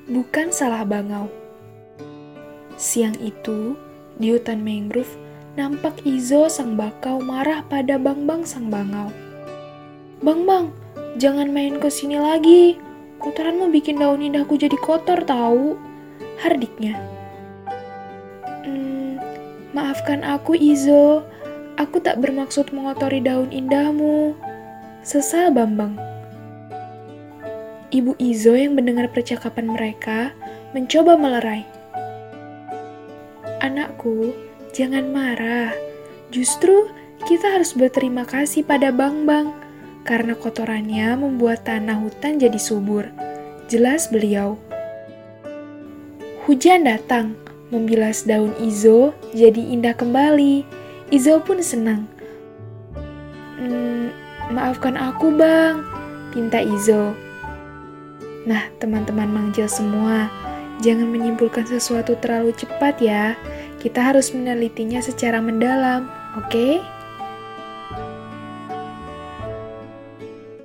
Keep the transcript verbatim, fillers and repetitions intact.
bukan salah bangau. Siang itu, di hutan mangrove, nampak Izo sang bakau marah pada Bang-Bang sang bangau. "Bang-Bang, jangan main ke sini lagi. Kotoranmu bikin daun indahku jadi kotor tahu," hardiknya. Hmm, maafkan aku Izo, aku tak bermaksud mengotori daun indahmu, sesal Bambang. Ibu Izo yang mendengar percakapan mereka mencoba melerai. "Anakku, jangan marah. Justru kita harus berterima kasih pada Bang-Bang karena kotorannya membuat tanah hutan jadi subur," jelas beliau. Hujan datang, membilas daun Izo jadi indah kembali. Izo pun senang. Hmm, maafkan aku Bang, pinta Izo. Nah, teman-teman mangjel semua, jangan menyimpulkan sesuatu terlalu cepat ya. Kita harus menelitinya secara mendalam, oke?